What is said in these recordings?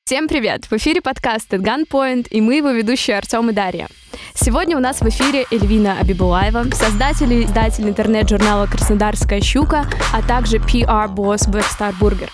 Всем привет! В эфире подкаст «At Gunpoint», и мы его ведущие Артём и Дарья. Сегодня у нас в эфире Эльвина Абибулаева, создатель и издатель интернет-журнала «Краснодарская щука», а также PR-босс Black Star Burger.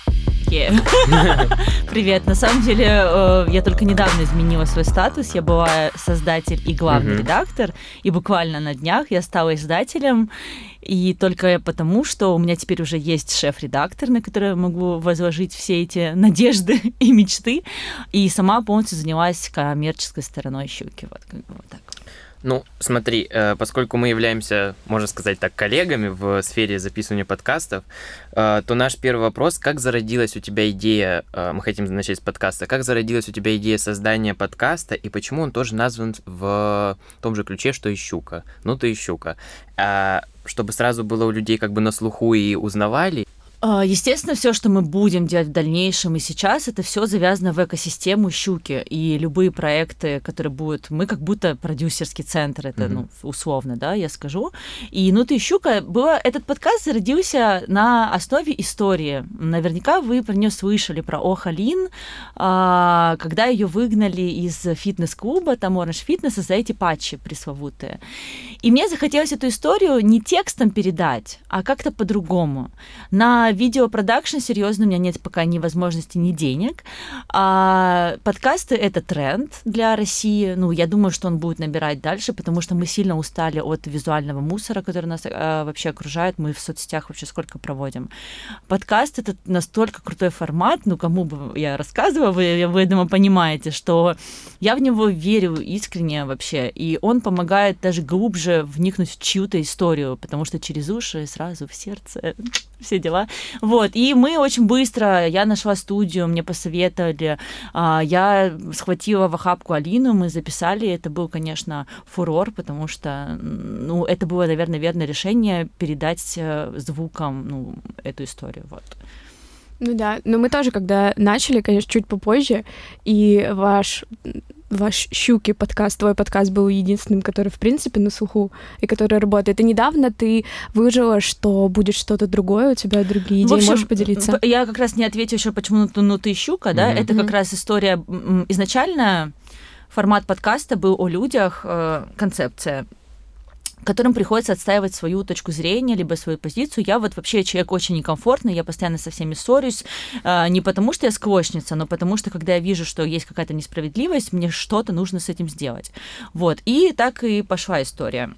Привет. На самом деле, я только недавно изменила свой статус. Я была создатель и главный редактор, и буквально на днях я стала издателем. И только потому, что у меня теперь уже есть шеф-редактор, на который я могу возложить все эти надежды и мечты. И сама полностью занялась коммерческой стороной щуки. Вот так. Ну, смотри, поскольку мы являемся, можно сказать так, коллегами в сфере записывания подкастов, то наш первый вопрос: как зародилась у тебя идея, мы хотим начать с подкаста, как зародилась у тебя идея создания подкаста, и почему он тоже назван в том же ключе, что и щука? Ну, ты и щука. Чтобы сразу было у людей как бы на слуху и узнавали. Естественно, все, что мы будем делать в дальнейшем и сейчас, это все завязано в экосистему щуки. И любые проекты, которые будут, мы как будто продюсерский центр, это условно, да, я скажу. И «Ну ты щука», этот подкаст зародился на основе истории. Наверняка вы про нее слышали, про Охалин, когда ее выгнали из фитнес-клуба, там Orange Fitness, за эти патчи пресловутые. И мне захотелось эту историю не текстом передать, а как-то по-другому. На видеопродакшн, серьезно, у меня нет пока ни возможности, ни денег. Подкасты — это тренд для России. Ну, я думаю, что он будет набирать дальше, потому что мы сильно устали от визуального мусора, который нас вообще окружает. Мы в соцсетях вообще сколько проводим. Подкаст — это настолько крутой формат, ну, кому бы я рассказывала, вы, я думаю, понимаете, что я в него верю искренне вообще, и он помогает даже глубже вникнуть в чью-то историю, потому что через уши сразу в сердце все дела. Вот, и мы очень быстро, я нашла студию, мне посоветовали, я схватила в охапку Алину, мы записали, это был, конечно, фурор, потому что, ну, это было, наверное, верное решение передать звуком, эту историю, вот. Ну да, но мы тоже, когда начали, конечно, чуть попозже, и ваш «Щуки» подкаст, твой подкаст был единственным, который, в принципе, на слуху и который работает. И недавно ты выложила, что будет что-то другое, у тебя другие идеи. Можешь поделиться? Я как раз не ответила еще, почему «Ну ты щука», да? Это как раз история. Изначально формат подкаста был о людях, концепция, которым приходится отстаивать свою точку зрения, либо свою позицию. Я вот вообще человек очень некомфортный, я постоянно со всеми ссорюсь, не потому что я склочница, но потому что, когда я вижу, что есть какая-то несправедливость, мне что-то нужно с этим сделать. Вот, и так и пошла история.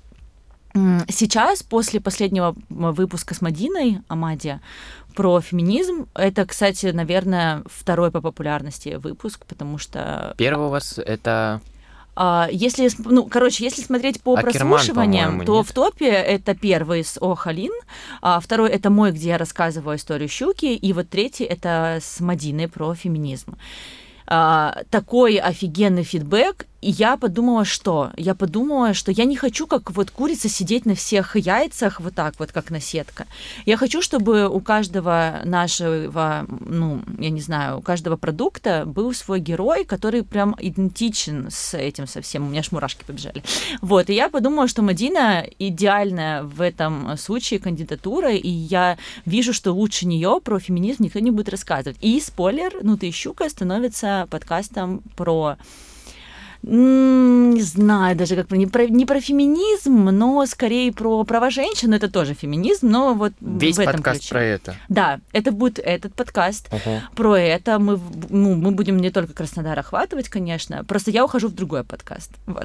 Сейчас, после последнего выпуска с Мадиной Амади про феминизм, это, кстати, наверное, второй по популярности выпуск, потому что... Первый у вас это... Если смотреть по прослушиваниям, то в топе это первый с Охалин, второй это мой, где я рассказываю историю щуки, и вот третий это с Мадиной про феминизм. Такой офигенный фидбэк, и я подумала, что я не хочу, как вот курица, сидеть на всех яйцах вот так вот, как наседка. Я хочу, чтобы у каждого нашего, у каждого продукта был свой герой, который прям идентичен с этим совсем. У меня аж мурашки побежали. Вот, и я подумала, что Мадина идеальная в этом случае кандидатура, и я вижу, что лучше нее про феминизм никто не будет рассказывать. И спойлер, «Ну ты щука» становится подкастом про... Не знаю даже, как не про феминизм, но скорее про права женщин. Это тоже феминизм, но вот весь в этом подкаст ключе. про это. Да, это будет этот подкаст про это. Мы будем не только Краснодар охватывать, конечно. Просто я ухожу в другой подкаст. Вот.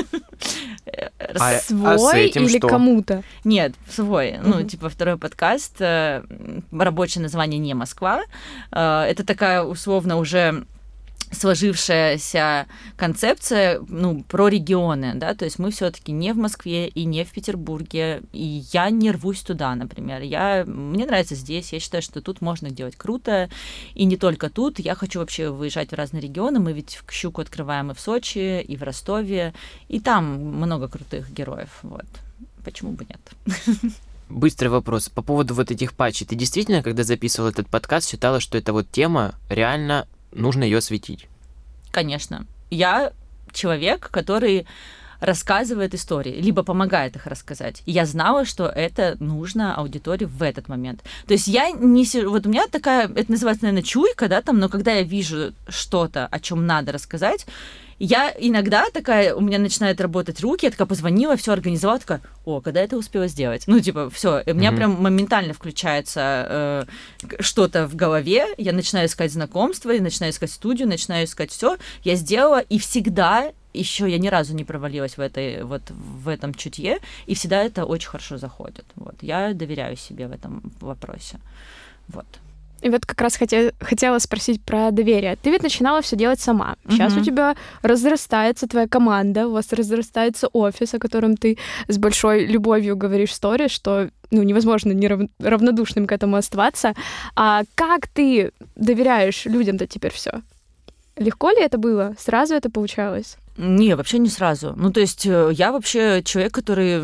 Свой или что? Кому-то? Нет, свой. Второй подкаст. Рабочее название «Не Москва». Это такая условно уже сложившаяся концепция, про регионы, да, то есть мы все-таки не в Москве и не в Петербурге, и я не рвусь туда, например. Мне нравится здесь, я считаю, что тут можно делать круто, и не только тут. Я хочу вообще выезжать в разные регионы, мы ведь щуку открываем и в Сочи, и в Ростове, и там много крутых героев, вот. Почему бы нет? Быстрый вопрос. По поводу вот этих патчей. Ты действительно, когда записывал этот подкаст, считала, что эта вот тема реально нужно ее осветить? Конечно. Я человек, который рассказывает истории, либо помогает их рассказать. И я знала, что это нужно аудитории в этот момент. То есть я не... Вот у меня такая, это называется, наверное, чуйка, да, там, но когда я вижу что-то, о чем надо рассказать, я иногда такая, у меня начинают работать руки, я такая позвонила, все организовала, такая, когда это успела сделать? Ну, типа, все, у меня прям моментально включается что-то в голове, я начинаю искать знакомства, я начинаю искать студию, начинаю искать все, я сделала, и всегда еще я ни разу не провалилась в этом чутье, и всегда это очень хорошо заходит. Вот. Я доверяю себе в этом вопросе. Вот. И вот как раз хотела спросить про доверие. Ты ведь начинала все делать сама. Сейчас у тебя разрастается твоя команда, у вас разрастается офис, о котором ты с большой любовью говоришь в сторис, что невозможно равнодушным к этому оставаться. А как ты доверяешь людям-то теперь все? Легко ли это было? Сразу это получалось? Не, вообще не сразу. Ну, то есть я вообще человек, который,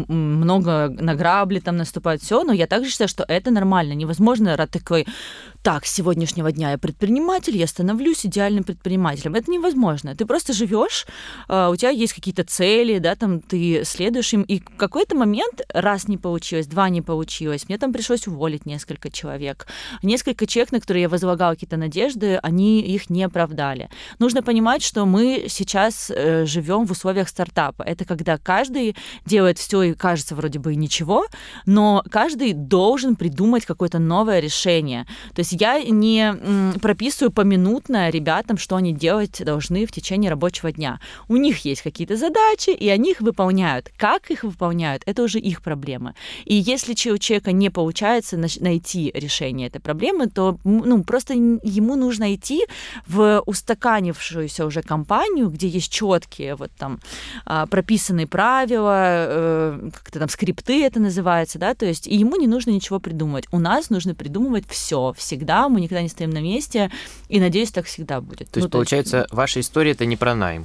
много на грабли там наступает, все, но я также считаю, что это нормально. Невозможно такой, так, с сегодняшнего дня я предприниматель, я становлюсь идеальным предпринимателем. Это невозможно. Ты просто живешь, у тебя есть какие-то цели, да, там ты следуешь им, и в какой-то момент раз не получилось, два не получилось, мне там пришлось уволить несколько человек. Несколько человек, на которые я возлагала какие-то надежды, они их не оправдали. Нужно понимать, что мы сейчас живем в условиях стартапа. Это когда каждый делает все и кажется вроде бы и ничего, но каждый должен придумать какое-то новое решение. То есть я не прописываю поминутно ребятам, что они делать должны в течение рабочего дня. У них есть какие-то задачи, и они их выполняют. Как их выполняют, это уже их проблема. И если у человека не получается найти решение этой проблемы, то просто ему нужно идти в устаканившуюся уже компанию, где есть четкие вот там прописанные правила, как-то там скрипты это называется, да, то есть и ему не нужно ничего придумывать. У нас нужно придумывать все всегда, мы никогда не стоим на месте, и надеюсь, так всегда будет. То есть, получается, ваша история — это не про найм?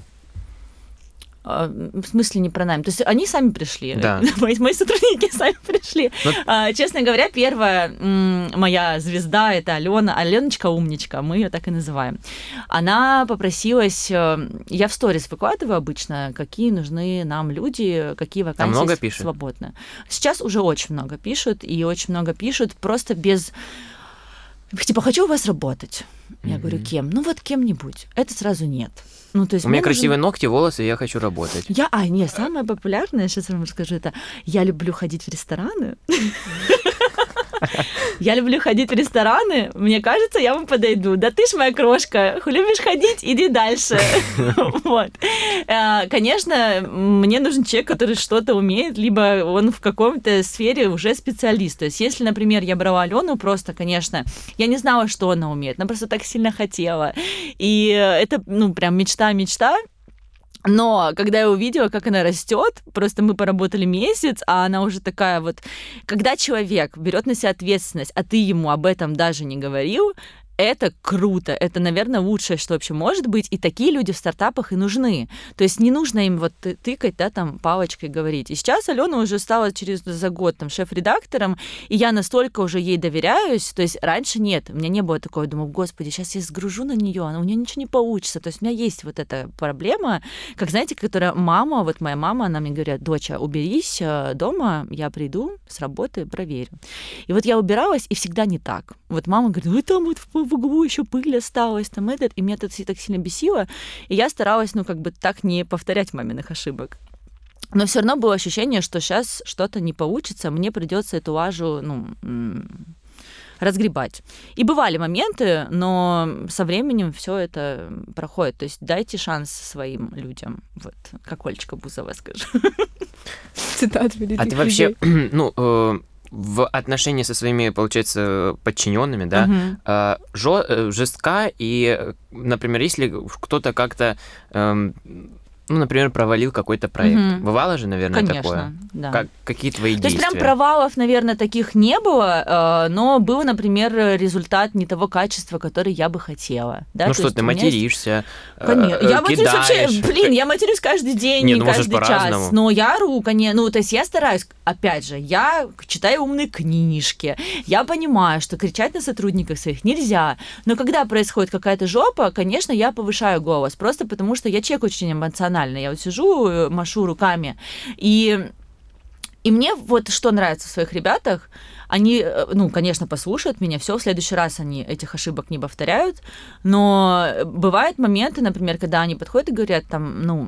В смысле не про найм? То есть они сами пришли. Да. Мои сотрудники сами пришли. Честно говоря, первая моя звезда — это Алена. Аленочка умничка, мы ее так и называем. Она попросилась... Я в сторис выкладываю обычно, какие нужны нам люди, какие вакансии свободны. Сейчас уже очень много пишут, и очень много пишут просто без... Типа, хочу у вас работать. Я говорю, кем? Кем-нибудь. Это сразу нет. То есть у меня красивые ногти, волосы, я хочу работать. Самое популярное, сейчас я вам расскажу, это я люблю ходить в рестораны. Я люблю ходить в рестораны, мне кажется, я вам подойду. Да ты ж моя крошка, любишь ходить, иди дальше. Вот. Конечно, мне нужен человек, который что-то умеет, либо он в каком-то сфере уже специалист. То есть, если, например, я брала Алену, просто, конечно, я не знала, что она умеет, она просто так сильно хотела. И это, прям мечта. Но когда я увидела, как она растет, просто мы поработали месяц, а она уже такая вот... Когда человек берет на себя ответственность, а ты ему об этом даже не говорил, это круто, это, наверное, лучшее, что вообще может быть, и такие люди в стартапах и нужны. То есть не нужно им вот тыкать, да, там, палочкой говорить. И сейчас Алена уже стала за год там шеф-редактором, и я настолько уже ей доверяюсь, то есть раньше нет, у меня не было такого, я думала, господи, сейчас я сгружу на нее, у нее ничего не получится. То есть у меня есть вот эта проблема, как, знаете, которая мама, вот моя мама, она мне говорит, доча, уберись дома, я приду с работы, проверю. И вот я убиралась, и всегда не так. Вот мама говорит, вы там вот в углу еще пыль осталась, там и меня это так сильно бесило, и я старалась, так не повторять маминых ошибок. Но все равно было ощущение, что сейчас что-то не получится, мне придется эту лажу, разгребать. И бывали моменты, но со временем все это проходит. То есть дайте шанс своим людям. Вот, как Олечка Бузова скажу. Цитат великих людей. А ты вообще, в отношении со своими, получается, подчиненными, да, жестка, и, например, если кто-то как-то, например, провалил какой-то проект. Бывало же, наверное, конечно, такое? Да. Какие твои действия? действия? То есть прям провалов, наверное, таких не было, но был, например, результат не того качества, который я бы хотела. Да? Что, ты материшься, конечно. Я матерюсь вообще, я матерюсь каждый день, не каждый час. Но я ору, конечно, то есть я стараюсь, опять же, я читаю умные книжки, я понимаю, что кричать на сотрудников своих нельзя, но когда происходит какая-то жопа, конечно, я повышаю голос, просто потому что я человек очень эмоциональный, банально. Я вот сижу, машу руками, и мне вот что нравится в своих ребятах, они, ну, конечно, послушают меня, все, в следующий раз они этих ошибок не повторяют, но бывают моменты, например, когда они подходят и говорят там, ну,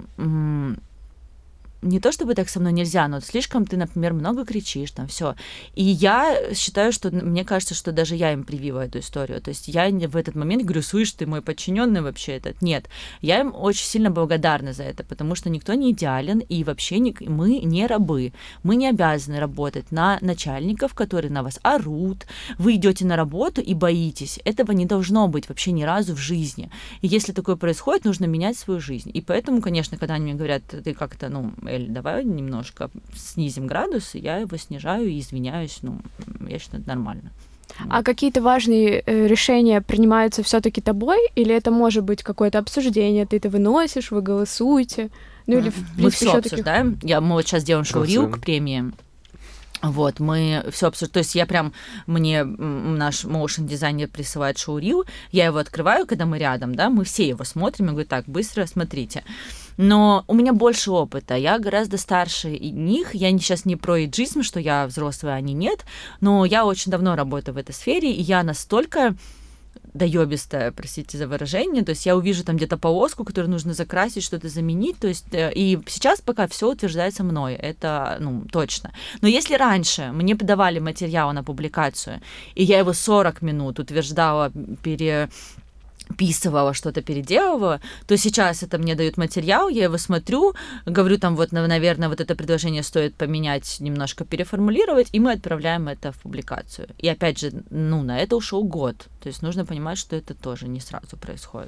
не то чтобы так со мной нельзя, но слишком ты, например, много кричишь, там все. И я считаю, что мне кажется, что даже я им привила эту историю. То есть я в этот момент говорю, слышь, ты мой подчиненный вообще этот. Нет, я им очень сильно благодарна за это, потому что никто не идеален, и вообще мы не рабы. Мы не обязаны работать на начальников, которые на вас орут. Вы идете на работу и боитесь. Этого не должно быть вообще ни разу в жизни. И если такое происходит, нужно менять свою жизнь. И поэтому, конечно, когда они мне говорят, ты как-то, ну, Эль, давай немножко снизим градус, я его снижаю и извиняюсь, ну, я считаю, это нормально. А какие-то важные решения принимаются все-таки тобой, или это может быть какое-то обсуждение, ты это выносишь, вы голосуете? Ну, или, в принципе, мы все обсуждаем. Мы вот сейчас делаем шоурил к премии. Вот, мы все обсуждаем. То есть я прям, мне наш моушн-дизайнер присылает шоурил, я его открываю, когда мы рядом, да, мы все его смотрим, и говорю, так, быстро смотрите. Но у меня больше опыта, я гораздо старше них, я сейчас не про эйджизм, что я взрослая, а они нет, но я очень давно работаю в этой сфере, и я настолько доёбистая, простите за выражение, то есть я увижу там где-то полоску, которую нужно закрасить, что-то заменить, то есть и сейчас пока все утверждается мной, это, ну, точно. Но если раньше мне подавали материал на публикацию, и я его 40 минут утверждала, переписывала, что-то переделывала, то сейчас это мне дают материал, я его смотрю, говорю там вот, наверное, вот это предложение стоит поменять, немножко переформулировать, и мы отправляем это в публикацию. И опять же, ну, на это ушел год. То есть нужно понимать, что это тоже не сразу происходит.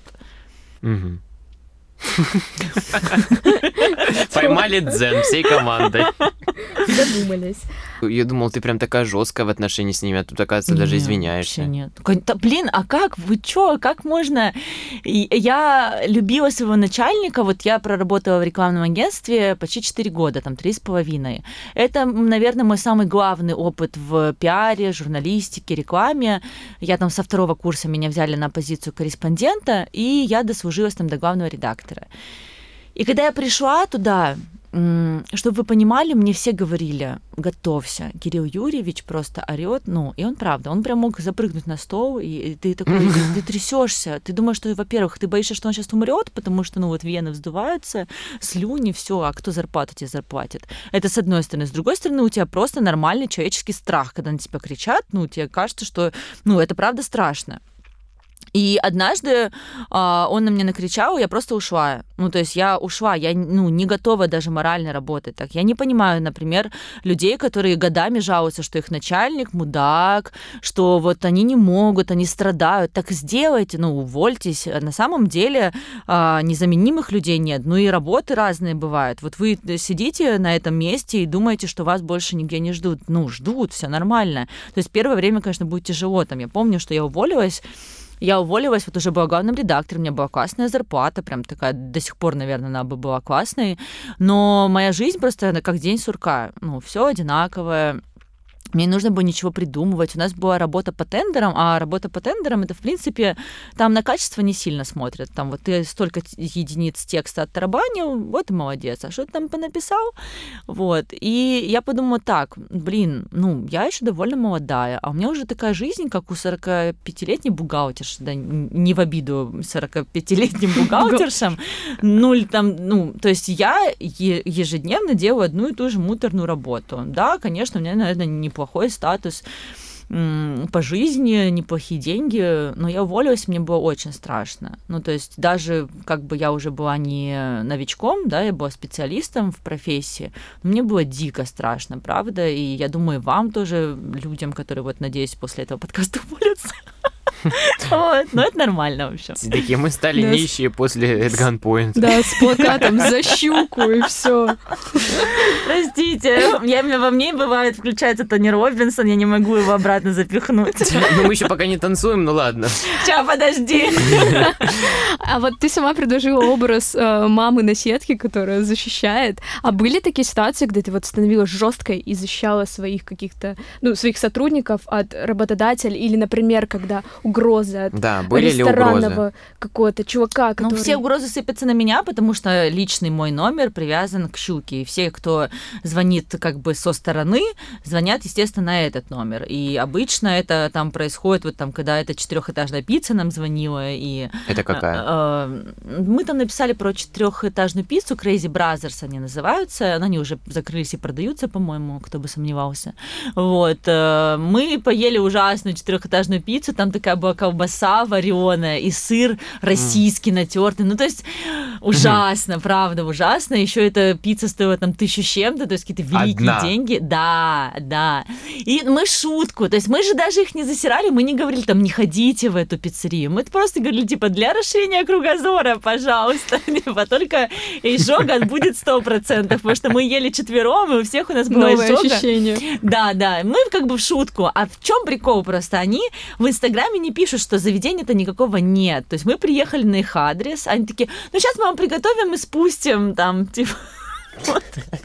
Поймали дзен всей командой. Задумались. Я думал, ты прям такая жесткая в отношении с ними, а тут, оказывается, даже извиняешься. Нет. Блин, а как? Вы чё? Как можно? Я любила своего начальника, вот я проработала в рекламном агентстве почти 4 года, там 3,5. Это, наверное, мой самый главный опыт в пиаре, журналистике, рекламе. Я там со 2 курса меня взяли на позицию корреспондента, и я дослужилась там до главного редактора. И когда я пришла туда, чтобы вы понимали, мне все говорили, готовься, Кирилл Юрьевич просто орёт, ну, и он правда, он прям мог запрыгнуть на стол, и ты такой, ты трясешься, ты думаешь, что, во-первых, ты боишься, что он сейчас умрет, потому что, ну, вот вены вздуваются, слюни, все, а кто зарплату тебе заплатит? Это с одной стороны. С другой стороны, у тебя просто нормальный человеческий страх, когда на тебя кричат, ну, тебе кажется, что, ну, это правда страшно. И однажды он на меня накричал, я просто ушла. Ну, то есть я ушла, я, ну, не готова даже морально работать так. Я не понимаю, например, людей, которые годами жалуются, что их начальник мудак, что вот они не могут, они страдают. Так сделайте, ну, увольтесь. На самом деле незаменимых людей нет, ну и работы разные бывают. Вот вы сидите на этом месте и думаете, что вас больше нигде не ждут. Ну, ждут, все нормально. То есть первое время, конечно, будет тяжело. Там, я помню, что я уволилась, вот уже была главным редактором, у меня была классная зарплата, прям такая, до сих пор, наверное, она бы была классной, но моя жизнь просто как день сурка, ну, все одинаковое. Мне не нужно было ничего придумывать. У нас была работа по тендерам, а работа по тендерам, это, в принципе, там на качество не сильно смотрят. Там вот ты столько единиц текста оттарабанил, вот и молодец. А что ты там понаписал? Вот. И я подумала так, блин, ну, я еще довольно молодая, а у меня уже такая жизнь, как у 45-летней бухгалтерши, да, не в обиду 45-летним бухгалтершам, то есть я ежедневно делаю одну и ту же муторную работу. Да, конечно, у меня, наверное, неплохой статус по жизни, неплохие деньги, но я уволилась, мне было очень страшно. Ну, то есть даже как бы я уже была не новичком, да, я была специалистом в профессии, но мне было дико страшно, правда, и я думаю, вам тоже, людям, которые, вот, надеюсь, после этого подкаста уволятся. Вот, но это нормально вообще. Такие мы стали нищие после Эдган Пойнта. Да, с плакатом за щуку и все. Простите, во мне бывает включается Тони Робинсон, я не могу его обратно запихнуть. Ну, мы еще пока не танцуем, ну ладно. Сейчас, подожди. А вот ты сама предложила образ мамы на сетке, которая защищает. А были такие ситуации, где ты вот становилась жесткой и защищала своих каких-то, своих сотрудников от работодателя? Или, например, когда угрозы от ресторанного какого-то чувака, который... Ну, все угрозы сыпятся на меня, потому что личный мой номер привязан к Щуке. И все, кто звонит как бы со стороны, звонят, естественно, на этот номер. И обычно это там происходит, вот там, когда эта 4-этажная пицца нам звонила, и... Это какая? Мы там написали про 4-этажную пиццу, Crazy Brothers они называются, они уже закрылись и продаются, по-моему, кто бы сомневался. Вот. Мы поели ужасную 4-этажную пиццу, там такая была колбаса вареная и сыр российский натертый. Ну, то есть ужасно, правда, ужасно. Еще эта пицца стоила там 1000 с чем-то, то есть какие-то великие деньги. Да. И мы шутку, то есть мы же даже их не засирали, мы не говорили там, не ходите в эту пиццерию. Мы просто говорили, типа, для расширения кругозора, пожалуйста. Типа, только изжога будет 100%, потому что мы ели 4, и у всех у нас была изжога. Ощущение. Да, мы как бы в шутку. А в чем прикол просто? Они в Инстаграме не пишут, что заведения-то никакого нет. То есть мы приехали на их адрес, они такие, ну сейчас мы вам приготовим и спустим там, типа... Вот.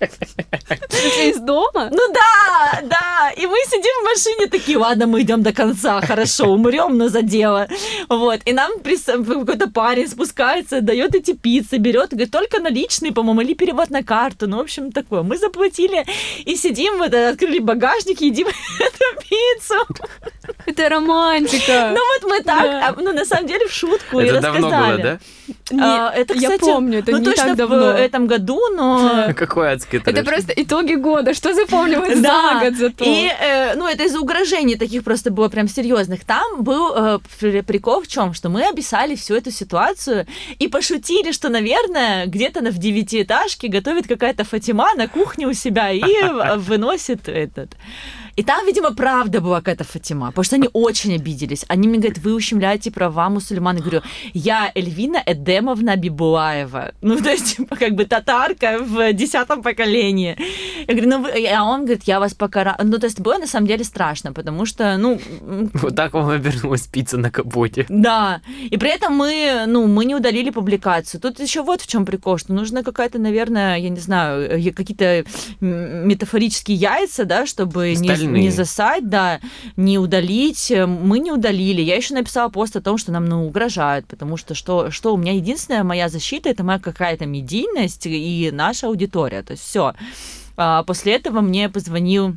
Из дома? Ну да. И мы сидим в машине такие, ладно, мы идем до конца, хорошо, умрем, но за дело. Вот. И нам какой-то парень спускается, дает эти пиццы, берет, говорит, только наличные, по-моему, или перевод на карту. Ну, в общем, такое. Мы заплатили и сидим, вот, открыли багажник, едим эту пиццу. Это романтика. Ну вот мы так, на самом деле в шутку и рассказали. Это давно было, да? Это, кстати, я помню, это не точно так давно. в этом году, но... Какой адский трэш. Это просто итоги года, что запомнилось за год зато. И, это из-за угрожений таких просто было прям серьезных. Там был прикол в чем, что мы описали всю эту ситуацию и пошутили, что, наверное, где-то в 9-этажке готовит какая-то Фатима на кухне у себя и выносит этот... И там, видимо, правда была какая-то Фатима, потому что они очень обиделись. Они мне говорят, вы ущемляете права мусульман. Я говорю, я Эльвина Эдемовна Бибулаева. Ну, то есть, типа, как бы татарка в 10-м поколении. Я говорю, а он говорит, я вас покараю. Ну, то есть, было на самом деле страшно, потому что, Вот так вам обернулась пицца на капоте. Да. И при этом мы не удалили публикацию. Тут еще вот в чем прикол, что нужна какая-то, наверное, я не знаю, какие-то метафорические яйца, да, чтобы не засать, да, не удалить. Мы не удалили. Я еще написала пост о том, что нам угрожают, потому что у меня единственная моя защита, это моя какая-то медийность и наша аудитория. То есть все. После этого мне позвонил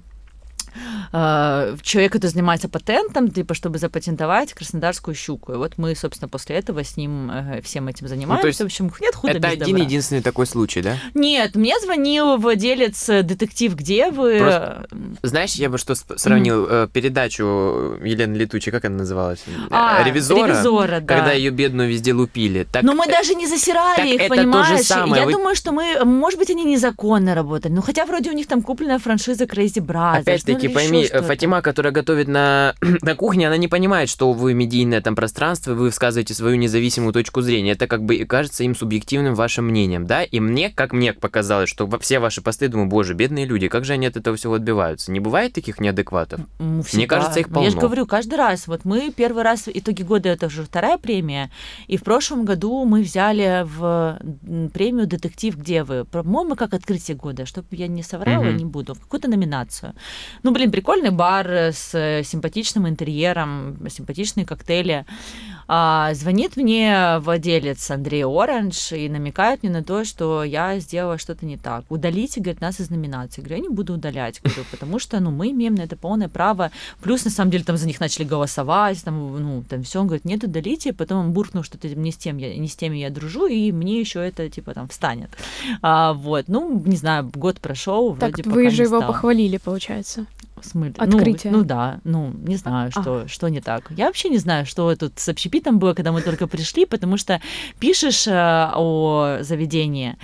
человек, который занимается патентом, типа, чтобы запатентовать краснодарскую щуку. И вот мы, собственно, после этого с ним всем этим занимаемся. То есть, в общем, нет худа без добра. Это один-единственный такой случай, да? Нет, мне звонил владелец «Детектив, где вы?». Просто, знаешь, я бы что сравнил передачу Елены Летучей, как она называлась? «Ревизора», да. Когда ее бедную везде лупили. Так, но мы даже не засирали их, это понимаешь? То же самое. Я думаю, что может быть, они незаконно работали. Ну, хотя вроде у них там купленная франшиза Crazy Brothers. Опять-таки, пойми, Фатима, которая готовит на кухне, она не понимает, что вы медийное там пространство, вы высказываете свою независимую точку зрения. Это как бы кажется им субъективным вашим мнением, да? И мне показалось, что все ваши посты, думаю, боже, бедные люди, как же они от этого всего отбиваются? Не бывает таких неадекватов? Всегда. Мне кажется, их полно. Я же говорю, каждый раз. Вот мы первый раз, итоги года, это уже 2-я премия, и в прошлом году мы взяли в премию «Детектив, где вы?». По-моему, как открытие года, чтобы я не соврала, не буду, в какую-то номинацию. Ну, блин, прикольный бар с симпатичным интерьером, симпатичные коктейли. Звонит мне владелец Андрей Оранж и намекает мне на то, что я сделала что-то не так. Удалите, говорит, нас из номинации. Я говорю, я не буду удалять, говорю, потому что мы имеем на это полное право. Плюс, на самом деле, там за них начали голосовать, там все. Он говорит, нет, удалите. Потом он буркнул, что не с теми я дружу, и мне еще это, типа, там, встанет. Вот. Не знаю, год прошел, вроде так вы же его похвалили, получается. Открытие. Не знаю, что не так. Я вообще не знаю, что тут с общепитом было, когда мы только пришли, потому что пишешь о заведении,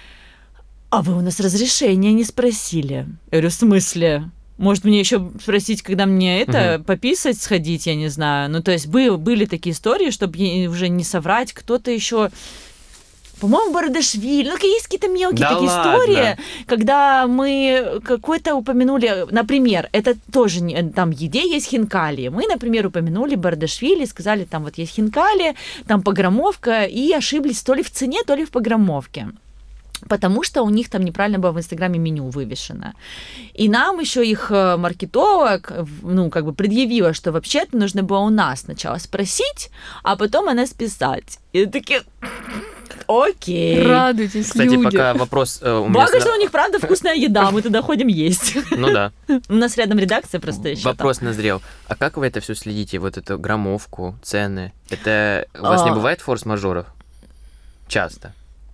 а вы у нас разрешения не спросили. Я говорю, в смысле? Может, мне еще спросить, когда мне пописать, сходить, я не знаю. Ну, то есть были такие истории, чтобы уже не соврать, кто-то еще... по-моему, Бардашвили, есть какие-то мелкие Да такие ладно? истории, когда мы какой-то упомянули, например, это тоже там еде есть хинкали. Мы, например, упомянули Бардашвили, сказали, там вот есть хинкали, там пограммовка, и ошиблись то ли в цене, то ли в пограммовке. Потому что у них там неправильно было в Инстаграме меню вывешено. И нам еще их маркетолог, предъявила, что вообще-то нужно было у нас сначала спросить, а потом о нас писать. И такие... Окей. Радуйтесь, Кстати, люди. пока вопрос... Благо, что у них, правда, вкусная еда, мы туда ходим есть. Ну да. У нас рядом редакция просто еще. Вопрос назрел. А как вы это все следите? Вот эту граммовку, цены? Это у вас не бывает форс-мажоров? Часто.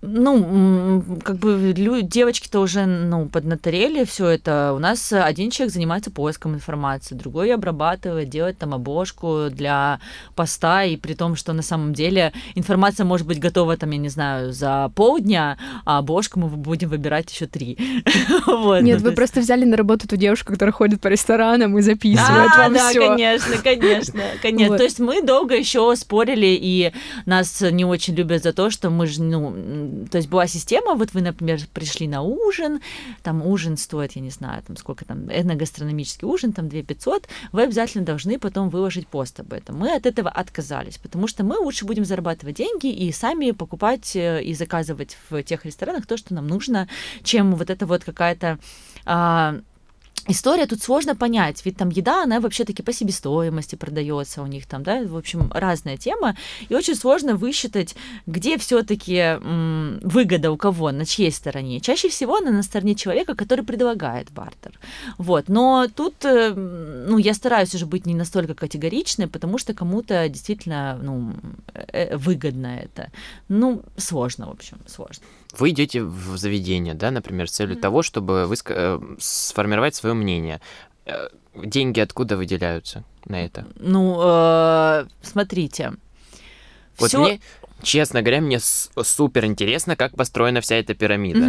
Девочки-то уже, поднаторели все это. У нас один человек занимается поиском информации, другой обрабатывает, делает там обложку для поста, и при том, что на самом деле информация может быть готова, там, я не знаю, за полдня, а обложку мы будем выбирать еще 3. Нет, вы просто взяли на работу ту девушку, которая ходит по ресторанам и записывает вам да, всё. конечно. Вот. То есть мы долго еще спорили, и нас не очень любят за то, что мы же, то есть была система, вот вы, например, пришли на ужин, там ужин стоит, я не знаю, там сколько там, этногастрономический ужин, там 2500, вы обязательно должны потом выложить пост об этом. Мы от этого отказались, потому что мы лучше будем зарабатывать деньги и сами покупать и заказывать в тех ресторанах то, что нам нужно, чем вот это вот какая-то... История тут сложно понять, ведь там еда, она вообще-таки по себестоимости продается у них там, да, в общем, разная тема, и очень сложно высчитать, где все-таки выгода у кого, на чьей стороне. Чаще всего она на стороне человека, который предлагает бартер. Вот, но тут, я стараюсь уже быть не настолько категоричной, потому что кому-то действительно, выгодно это. Сложно, в общем, сложно. Вы идете в заведение, да, например, с целью того, чтобы сформировать свое мнение. Деньги откуда выделяются на это? Смотрите. Вот всё... мне, честно говоря, мне супер интересно, как построена вся эта пирамида.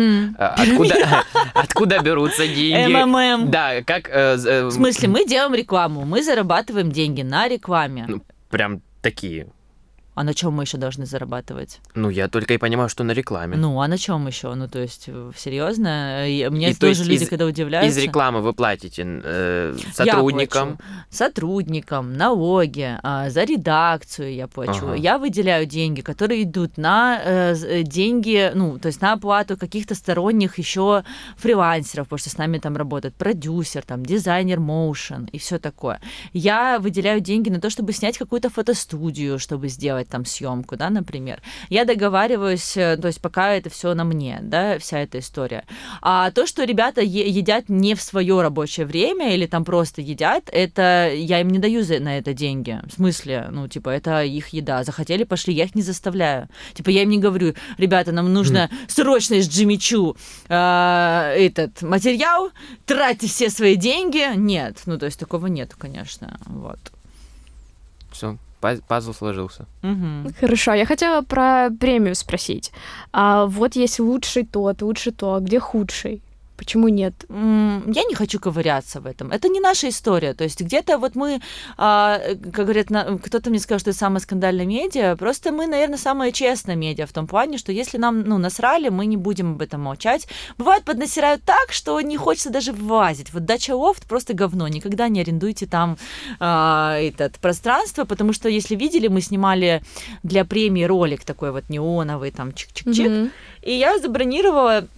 Откуда берутся деньги? МММ. Да, как... В смысле, мы делаем рекламу, мы зарабатываем деньги на рекламе. Прям такие. А на чем мы еще должны зарабатывать? Я только и понимаю, что на рекламе. А на чем еще? То есть, серьезно? Мне И тоже люди, когда удивляются. Из рекламы вы платите сотрудникам? Сотрудникам, налоги, за редакцию я плачу. Ага. Я выделяю деньги, которые идут на деньги, то есть на оплату каких-то сторонних еще фрилансеров, потому что с нами там работает продюсер, там дизайнер, моушен и все такое. Я выделяю деньги на то, чтобы снять какую-то фотостудию, чтобы сделать там съемку, да, например. Я договариваюсь, то есть пока это все на мне, да, вся эта история. А то, что ребята едят не в свое рабочее время или там просто едят, это я им не даю на это деньги. В смысле, это их еда. Захотели, пошли, я их не заставляю. Я им не говорю, ребята, нам нужно срочно из Джимми Чу этот материал, тратьте все свои деньги. Нет, то есть такого нет, конечно, вот. Все. Пазл сложился. Угу. Хорошо, я хотела про премию спросить. А вот есть лучший то, а где худший? Почему нет? Я не хочу ковыряться в этом. Это не наша история. То есть где-то вот мы, как говорят, кто-то мне сказал, что это самое скандальное медиа. Просто мы, наверное, самое честное медиа в том плане, что если нам, насрали, мы не будем об этом молчать. Бывает, поднасирают так, что не хочется даже влазить. Вот Дача Лофт просто говно. Никогда не арендуйте там пространство, потому что, если видели, мы снимали для премии ролик такой вот неоновый, там чик-чик-чик. Mm-hmm. И я забронировала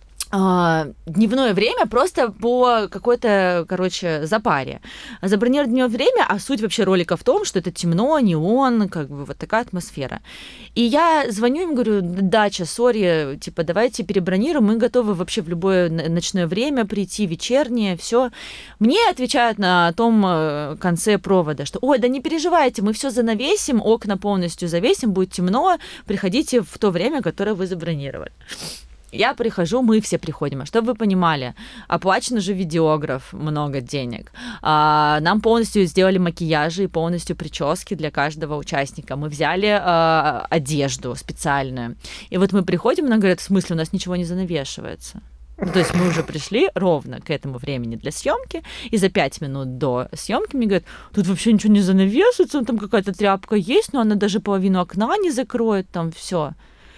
дневное время просто по какой-то, запаре. Забронировать дневное время, а суть вообще ролика в том, что это темно, неон, вот такая атмосфера. И я звоню им, говорю, Дача, сори, давайте перебронируем, мы готовы вообще в любое ночное время прийти, вечернее, все. Мне отвечают на том конце провода, что, ой, да не переживайте, мы все занавесим, окна полностью завесим, будет темно, приходите в то время, которое вы забронировали. Я прихожу, мы все приходим. А чтобы вы понимали, оплачен уже видеограф, много денег. Нам полностью сделали макияжи и полностью прически для каждого участника. Мы взяли одежду специальную. И вот мы приходим, и нам говорят, в смысле, у нас ничего не занавешивается. То есть мы уже пришли ровно к этому времени для съемки, и за 5 минут до съемки мне говорят, тут вообще ничего не занавешивается, там какая-то тряпка есть, но она даже половину окна не закроет, там все.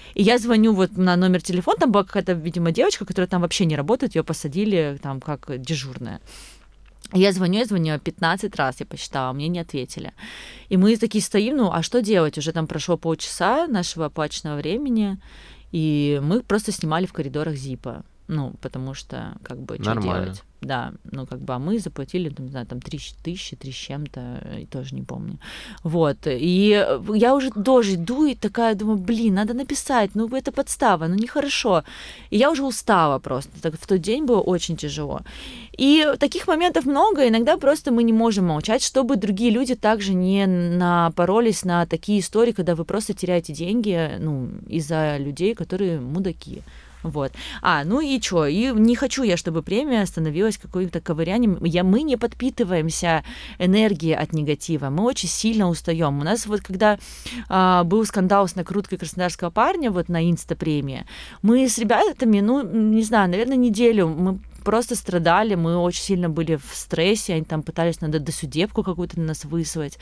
И я звоню вот на номер телефона, там была какая-то, видимо, девочка, которая там вообще не работает, ее посадили там как дежурная. Я звоню 15 раз, я посчитала, мне не ответили. И мы такие стоим, ну, а что делать? Уже там прошло полчаса нашего оплаченного времени, и мы просто снимали в коридорах ЗИПа. Ну, потому что, как бы, что делать? Да, ну, как бы, а мы заплатили, там, не знаю, там 3 тысячи с чем-то, и тоже не помню. Вот, и я уже тоже иду и такая думаю, блин, надо написать, ну, это подстава, ну, нехорошо. И я уже устала просто, так, в тот день было очень тяжело. И таких моментов много, иногда просто мы не можем молчать, чтобы другие люди также не напоролись на такие истории, когда вы просто теряете деньги, ну, из-за людей, которые мудаки. Вот. Ну и что? И не хочу я, чтобы премия становилась каким-то ковырянием. Мы не подпитываемся энергией от негатива. Мы очень сильно устаем. У нас вот когда был скандал с накруткой краснодарского парня вот на инста-премии, мы с ребятами, ну, не знаю, наверное, неделю мы просто страдали, мы очень сильно были в стрессе, они там пытались надо досудебку какую-то на нас вызвать.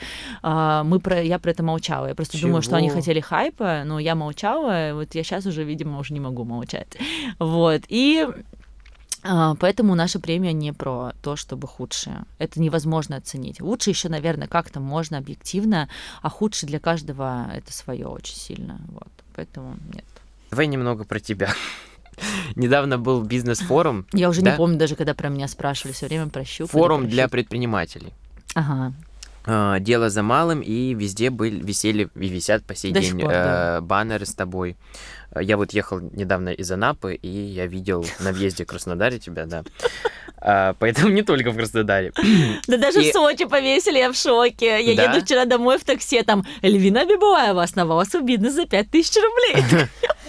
Я про это молчала. Я просто думала, что они хотели хайпа, но я молчала, вот я сейчас уже, видимо, уже не могу молчать. Вот. И поэтому наша премия не про то, чтобы худшее. Это невозможно оценить. Лучше еще, наверное, как-то можно объективно, а худшее для каждого это свое очень сильно. Вот. Поэтому нет. Давай немного про тебя. Недавно был бизнес-форум. Я уже не помню даже, когда про меня спрашивали, все время про щуку. Форум для предпринимателей. Ага. Дело за малым, и везде висели и висят по сей день баннеры с тобой. Я вот ехал недавно из Анапы, и я видел на въезде в Краснодаре тебя, да. Поэтому не только в Краснодаре. Да даже в Сочи повесили, я в шоке. Я еду вчера домой в такси, там Эльвина Бибулаева основала свой бизнес за 5000 рублей.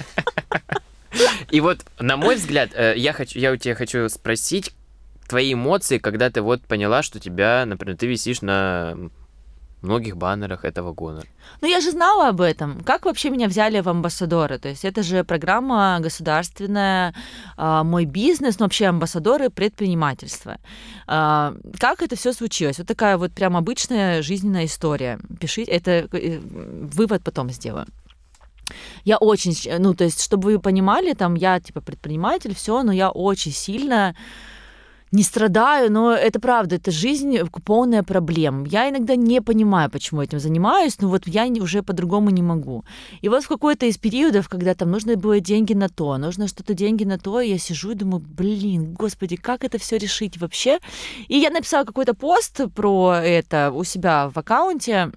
И вот, на мой взгляд, я у тебя хочу спросить твои эмоции, когда ты вот поняла, что тебя, например, ты висишь на многих баннерах этого года. Ну, я же знала об этом. Как вообще меня взяли в амбассадоры? То есть это же программа государственная, мой бизнес, но вообще амбассадоры предпринимательства. Как это все случилось? Вот такая вот прям обычная жизненная история. Пишите, это вывод потом сделаю. Я очень, ну, то есть, чтобы вы понимали, там, я, типа, предприниматель, все, но я очень сильно не страдаю, но это правда, это жизнь полная проблем. Я иногда не понимаю, почему этим занимаюсь, но вот я уже по-другому не могу. И вот в какой-то из периодов, когда там нужно было деньги на то, нужно что-то деньги на то, я сижу и думаю, блин, господи, как это все решить вообще? И я написала какой-то пост про это у себя в аккаунте,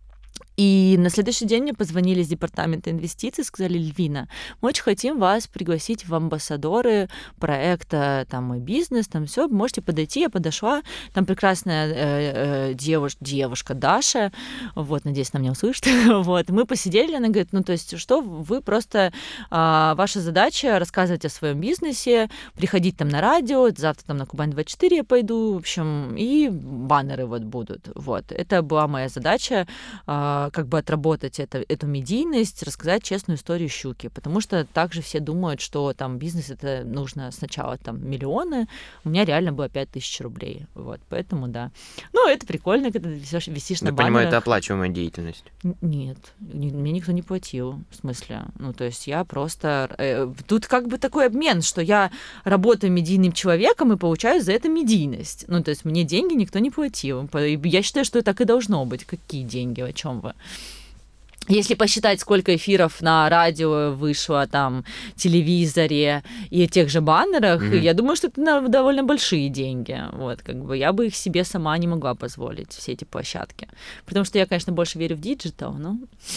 и на следующий день мне позвонили из департамента инвестиций, сказали, Эльвина, мы очень хотим вас пригласить в амбассадоры проекта там «Мой бизнес», там все, можете подойти. Я подошла, там прекрасная девушка Даша, вот, надеюсь, она меня услышит, вот, мы посидели, она говорит, ну, то есть, что вы просто, ваша задача рассказывать о своем бизнесе, приходить там на радио, завтра там на Кубань-24 я пойду, в общем, и баннеры вот будут, вот, это была моя задача, как бы отработать эту медийность, рассказать честную историю щуки, потому что также все думают, что там бизнес это нужно сначала там миллионы, у меня реально было 5000 рублей, вот, поэтому да. Ну, это прикольно, когда ты висишь на баннерах. Я понимаю, это оплачиваемая деятельность? Нет, мне никто не платил, в смысле, ну, то есть я просто... Тут как бы такой обмен, что я работаю медийным человеком и получаю за это медийность, ну, то есть мне деньги никто не платил, я считаю, что так и должно быть, какие деньги, о чем вы? Если посчитать, сколько эфиров на радио вышло, там, телевизоре и тех же баннерах, я думаю, что это довольно большие деньги. Вот, как бы я бы их себе сама не могла позволить, все эти площадки. Потому что я, конечно, больше верю в диджитал, но...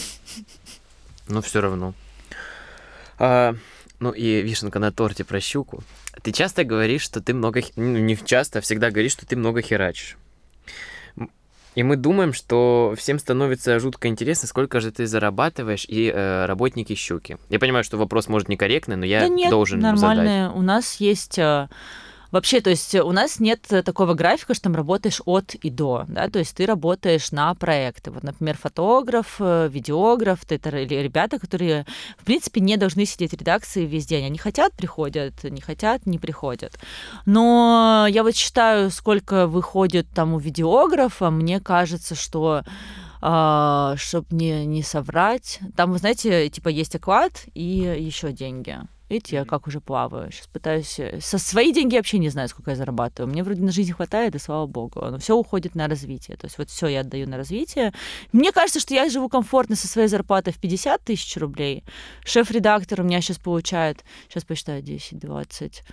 Но все равно. Ну и вишенка на торте про щуку. Ты часто говоришь, что ты много... Ну, не часто, а всегда говоришь, что ты много херачишь. И мы думаем, что всем становится жутко интересно, сколько же ты зарабатываешь и работники щуки. Я понимаю, что вопрос может некорректный, но я должен задать. Нормально. У нас есть... Вообще, то есть у нас нет такого графика, что там работаешь от и до, да, то есть ты работаешь на проекты. Вот, например, фотограф, видеограф, это ребята, которые, в принципе, не должны сидеть в редакции весь день. Они хотят, приходят, не хотят, не приходят. Но я вот считаю, сколько выходит там у видеографа, мне кажется, что чтобы не соврать. Там, вы знаете, типа есть оклад и еще деньги. Видите, я как уже плаваю. Сейчас пытаюсь... Со свои деньги я вообще не знаю, сколько я зарабатываю. Мне вроде на жизнь хватает, и слава богу. Но все уходит на развитие. То есть вот все я отдаю на развитие. Мне кажется, что я живу комфортно со своей зарплатой в 50 тысяч рублей. Шеф-редактор у меня сейчас получает... Сейчас посчитаю, 10, 20...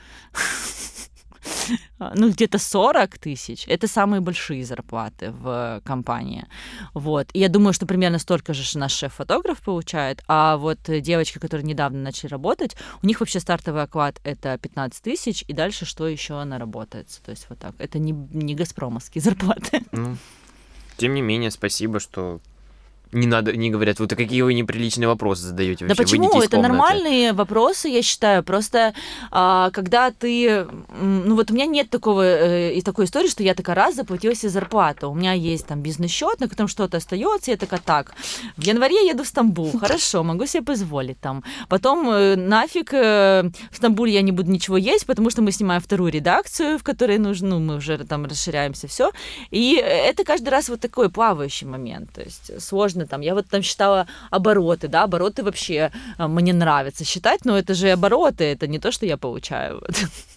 ну, где-то 40 тысяч. Это самые большие зарплаты в компании. Вот. И я думаю, что примерно столько же наш шеф-фотограф получает. А вот девочки, которые недавно начали работать, у них вообще стартовый оклад — это 15 тысяч, и дальше что еще наработается. То есть вот так. Это не газпромовские зарплаты. Ну, тем не менее, спасибо, что не говорят, вот какие вы неприличные вопросы задаете вообще. Да почему? Выйдите из это комнаты. нормальные вопросы, я считаю. Просто когда ты... Ну вот у меня нет такой истории, что я такая раз заплатила себе зарплату. У меня есть там бизнес-счет, на котором что-то остается, я такая, так, в январе еду в Стамбул, хорошо, могу себе позволить там. Потом нафиг в Стамбуле я не буду ничего есть, потому что мы снимаем вторую редакцию, в которой нужно, мы уже там расширяемся, все. И это каждый раз вот такой плавающий момент. То есть сложно там. Я вот там считала обороты, да, обороты вообще мне нравится считать, но это же обороты, это не то, что я получаю. Вот.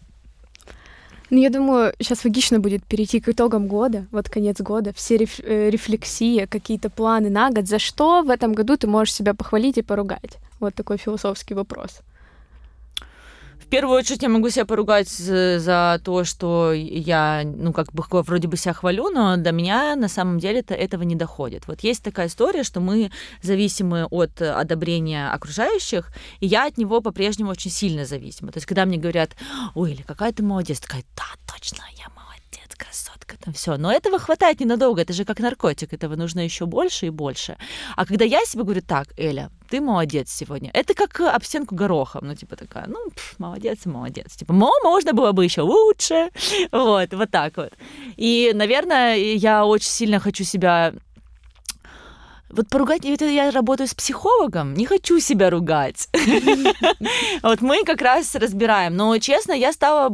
Ну, я думаю, сейчас логично будет перейти к итогам года, вот конец года, все рефлексии, какие-то планы на год, за что в этом году ты можешь себя похвалить и поругать? Вот такой философский вопрос. В первую очередь я могу себя поругать за то, что я, ну, как бы вроде бы себя хвалю, но до меня на самом деле этого не доходит. Вот есть такая история, что мы зависимы от одобрения окружающих, и я от него по-прежнему очень сильно зависима. То есть, когда мне говорят, ой, или какая ты молодец, такая, да, точно, я молодец, красотка, там все. Но этого хватает ненадолго, это же как наркотик, этого нужно еще больше и больше. А когда я себе говорю, так, Эля, ты молодец сегодня. Это как об стенку горохом. Ну, типа такая, ну, молодец и молодец. Типа, можно было бы еще лучше. Вот так вот. И, наверное, я очень сильно хочу себя... Вот поругать, это я работаю с психологом, не хочу себя ругать. Вот мы как раз разбираем. Но, честно, я стала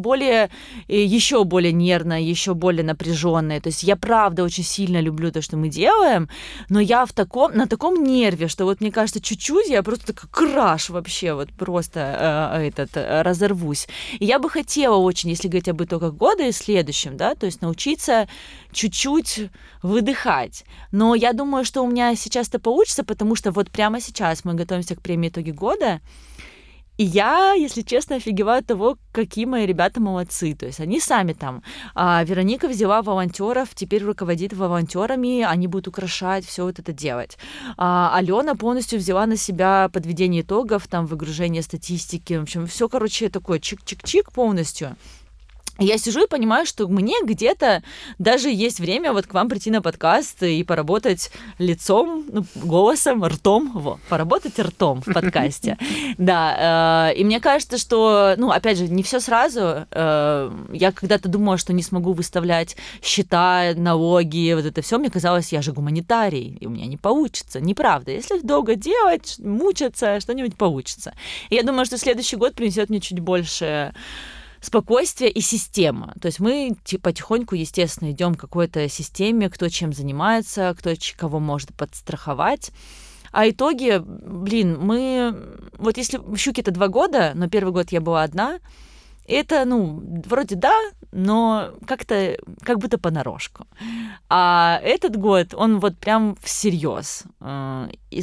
еще более нервной, еще более напряженной. То есть я, правда, очень сильно люблю то, что мы делаем, но я на таком нерве, что вот мне кажется, чуть-чуть я просто такая краш вообще, вот просто разорвусь. И я бы хотела очень, если говорить об итогах года и следующем, да, то есть научиться чуть-чуть выдыхать. Но я думаю, что у меня сейчас это получится, потому что вот прямо сейчас мы готовимся к премии «Итоги года», и я, если честно, офигеваю от того, какие мои ребята молодцы. То есть они сами там. Вероника взяла волонтеров, теперь руководит волонтерами, они будут украшать, все вот это делать. Алена полностью взяла на себя подведение итогов, там, выгружение статистики. В общем, все, короче, такое чик-чик-чик полностью. Я сижу и понимаю, что мне где-то даже есть время вот к вам прийти на подкаст и поработать лицом, ну, голосом, ртом, поработать ртом в подкасте. Да, и мне кажется, что, ну, опять же, не все сразу. Я когда-то думала, что не смогу выставлять счета, налоги, вот это все. Мне казалось, я же гуманитарий, и у меня не получится. Неправда. Если долго делать, мучаться, что-нибудь получится. И я думаю, что следующий год принесет мне чуть больше спокойствие и система. То есть мы потихоньку, естественно, идем к какой-то системе, кто чем занимается, кто кого может подстраховать. А итоги, мы... Вот если «Щуки»-то 2 года, но первый год я была одна, это, ну, вроде да, но как-то как будто понарошку. А этот год, он вот прям всерьез. И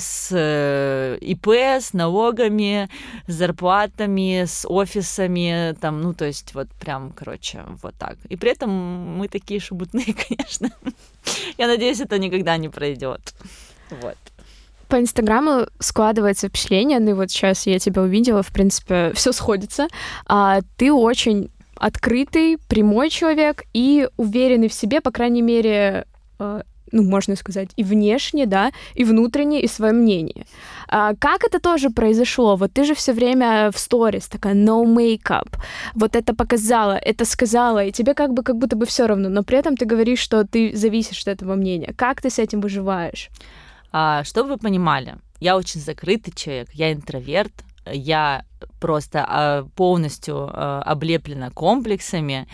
с ИП, с налогами, с зарплатами, с офисами, там, ну, то есть вот прям, короче, вот так. И при этом мы такие шебутные, конечно. Я надеюсь, это никогда не пройдет. Вот. По Инстаграму складывается впечатление, ну и вот сейчас я тебя увидела, в принципе, все сходится. Ты очень открытый, прямой человек и уверенный в себе, по крайней мере, ну, можно сказать, и внешне, да, и внутренне, и свое мнение. Как это тоже произошло? Вот ты же все время в сторис такая no makeup, вот это показала, это сказала, и тебе как будто бы все равно, но при этом ты говоришь, что ты зависишь от этого мнения. Как ты с этим выживаешь? Чтобы вы понимали, я очень закрытый человек, я интроверт, я просто полностью облеплена комплексами,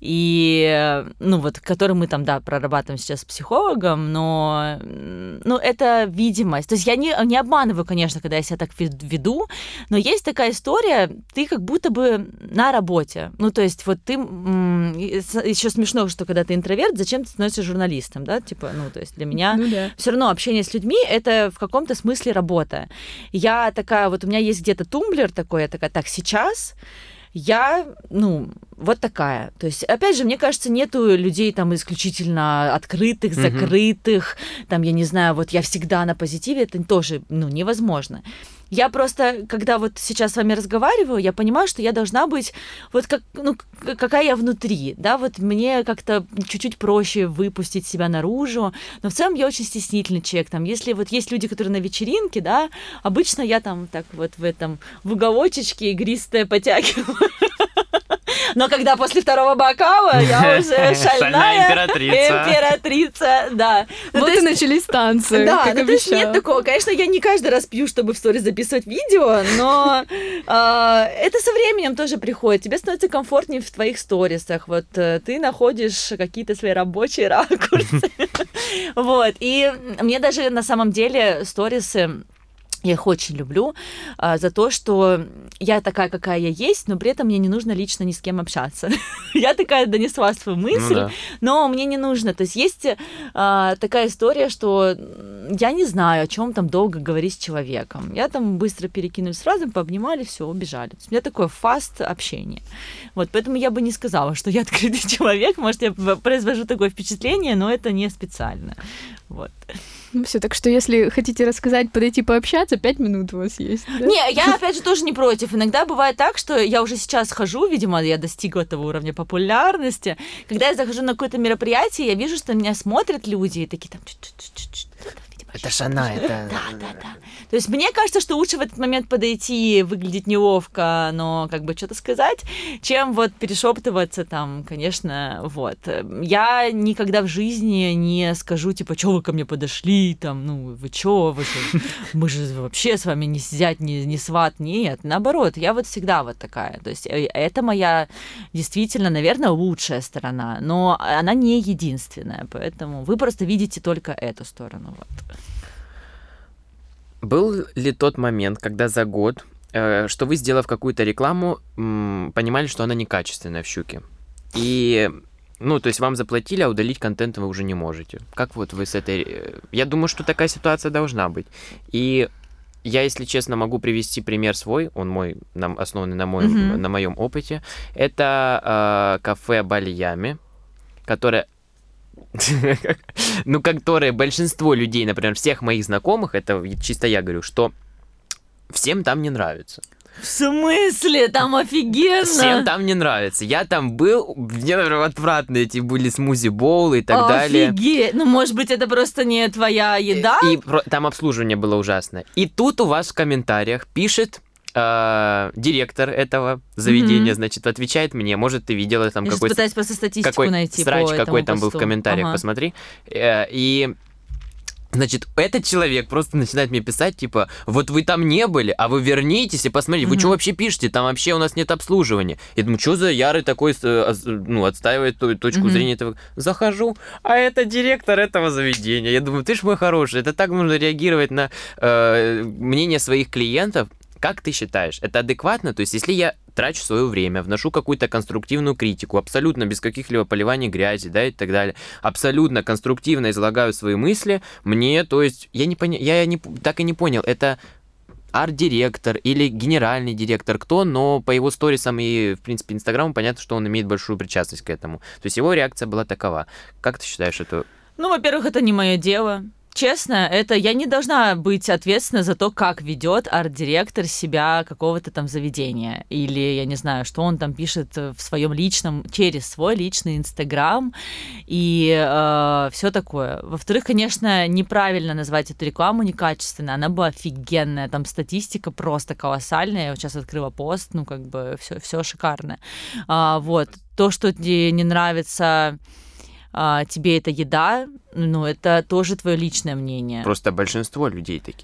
и, ну, вот, которые мы там, да, прорабатываем сейчас с психологом, но, ну, это видимость. То есть я не обманываю, конечно, когда я себя так веду, но есть такая история, ты как будто бы на работе. Ну, то есть вот ты... Еще смешно, что когда ты интроверт, зачем ты становишься журналистом, да? Типа, ну, то есть для меня все равно общение с людьми — это в каком-то смысле работа. Я такая, вот у меня есть где-то тумблер такой, я такая, так, сейчас я, ну, вот такая. То есть, опять же, мне кажется, нету людей там исключительно открытых, закрытых, там, я не знаю, вот я всегда на позитиве, это тоже, ну, невозможно. Я просто, когда вот сейчас с вами разговариваю, я понимаю, что я должна быть вот как, ну, какая я внутри, да, вот мне как-то чуть-чуть проще выпустить себя наружу, но в целом я очень стеснительный человек, там, если вот есть люди, которые на вечеринке, да, обычно я там так вот в уголочечке игристое потягиваю. Но когда после второго бокала я уже шальная императрица, да. Вот и начались танцы, да, как ну, то есть нет такого. Конечно, я не каждый раз пью, чтобы в сторис записывать видео, но это со временем тоже приходит. Тебе становится комфортнее в твоих сторисах. Вот ты находишь какие-то свои рабочие ракурсы. Вот. И мне даже на самом деле сторисы... Я их очень люблю за то, что я такая, какая я есть, но при этом мне не нужно лично ни с кем общаться. Я такая донесла свою мысль, но мне не нужно. То есть есть такая история, что я не знаю, о чем там долго говорить с человеком. Я там быстро перекинулись фразами, пообнимали, все, убежали. У меня такое фаст общение. Вот, поэтому я бы не сказала, что я открытый человек. Может, я произвожу такое впечатление, но это не специально. Вот. Ну все, так что если хотите рассказать, подойти пообщаться, 5 минут у вас есть. Да? Не, я опять же тоже не против. Иногда бывает так, что я уже сейчас хожу, видимо, я достигла того уровня популярности. Когда я захожу на какое-то мероприятие, я вижу, что меня смотрят люди и такие там... Это ж она, это... Да. То есть мне кажется, что лучше в этот момент подойти, выглядеть неловко, но как бы что-то сказать, чем вот перешептываться там, конечно, вот. Я никогда в жизни не скажу, типа, что вы ко мне подошли, там, ну, вы чё, мы же вообще с вами не зять, не сват, нет. Наоборот, я вот всегда вот такая. То есть это моя действительно, наверное, лучшая сторона, но она не единственная, поэтому вы просто видите только эту сторону, вот. Был ли тот момент, когда за год, что вы, сделав какую-то рекламу, понимали, что она некачественная в «Щуке»? И, ну, то есть вам заплатили, а удалить контент вы уже не можете. Как вот вы с этой... Я думаю, что такая ситуация должна быть. И я, если честно, могу привести пример свой, он мой, основанный на моем опыте. Это кафе «Бальями», которое... ну, которые большинство людей, например, всех моих знакомых, это чисто я говорю, что всем там не нравится. В смысле? Там офигенно! Всем там не нравится. Я там был, мне, например, отвратные эти были смузи-боулы и так далее. Офигеть! Ну, может быть, это просто не твоя еда? И там обслуживание было ужасное. И тут у вас в комментариях пишет директор этого заведения, значит, отвечает мне, может, ты видела там какой-то... пытаюсь просто статистику найти срач по какой там посту. был в комментариях, посмотри. И... Значит, этот человек просто начинает мне писать, типа, вот вы там не были, а вы вернитесь и посмотрите, вы что вообще пишете, там вообще у нас нет обслуживания. Я думаю, что за ярый такой, ну, отстаивает точку зрения этого. Захожу, а это директор этого заведения. Я думаю, ты ж мой хороший, это так нужно реагировать на мнение своих клиентов. Как ты считаешь, это адекватно? То есть, если я трачу свое время, вношу какую-то конструктивную критику, абсолютно без каких-либо поливаний грязи, да, и так далее, абсолютно конструктивно излагаю свои мысли, мне, то есть, я так и не понял, это арт-директор или генеральный директор, кто, но по его сторисам и, в принципе, инстаграму понятно, что он имеет большую причастность к этому. То есть, его реакция была такова. Как ты считаешь это? Ну, во-первых, это не мое дело. Честно, это я не должна быть ответственна за то, как ведет арт-директор себя какого-то там заведения. Или, я не знаю, что он там пишет в своем личном, через свой личный Инстаграм и все такое. Во-вторых, конечно, неправильно назвать эту рекламу некачественной. Она была офигенная. Там статистика просто колоссальная. Я вот сейчас открыла пост, ну, как бы все шикарно. Вот. То, что тебе не нравится... тебе это еда, ну, это тоже твое личное мнение. Просто большинство людей таких.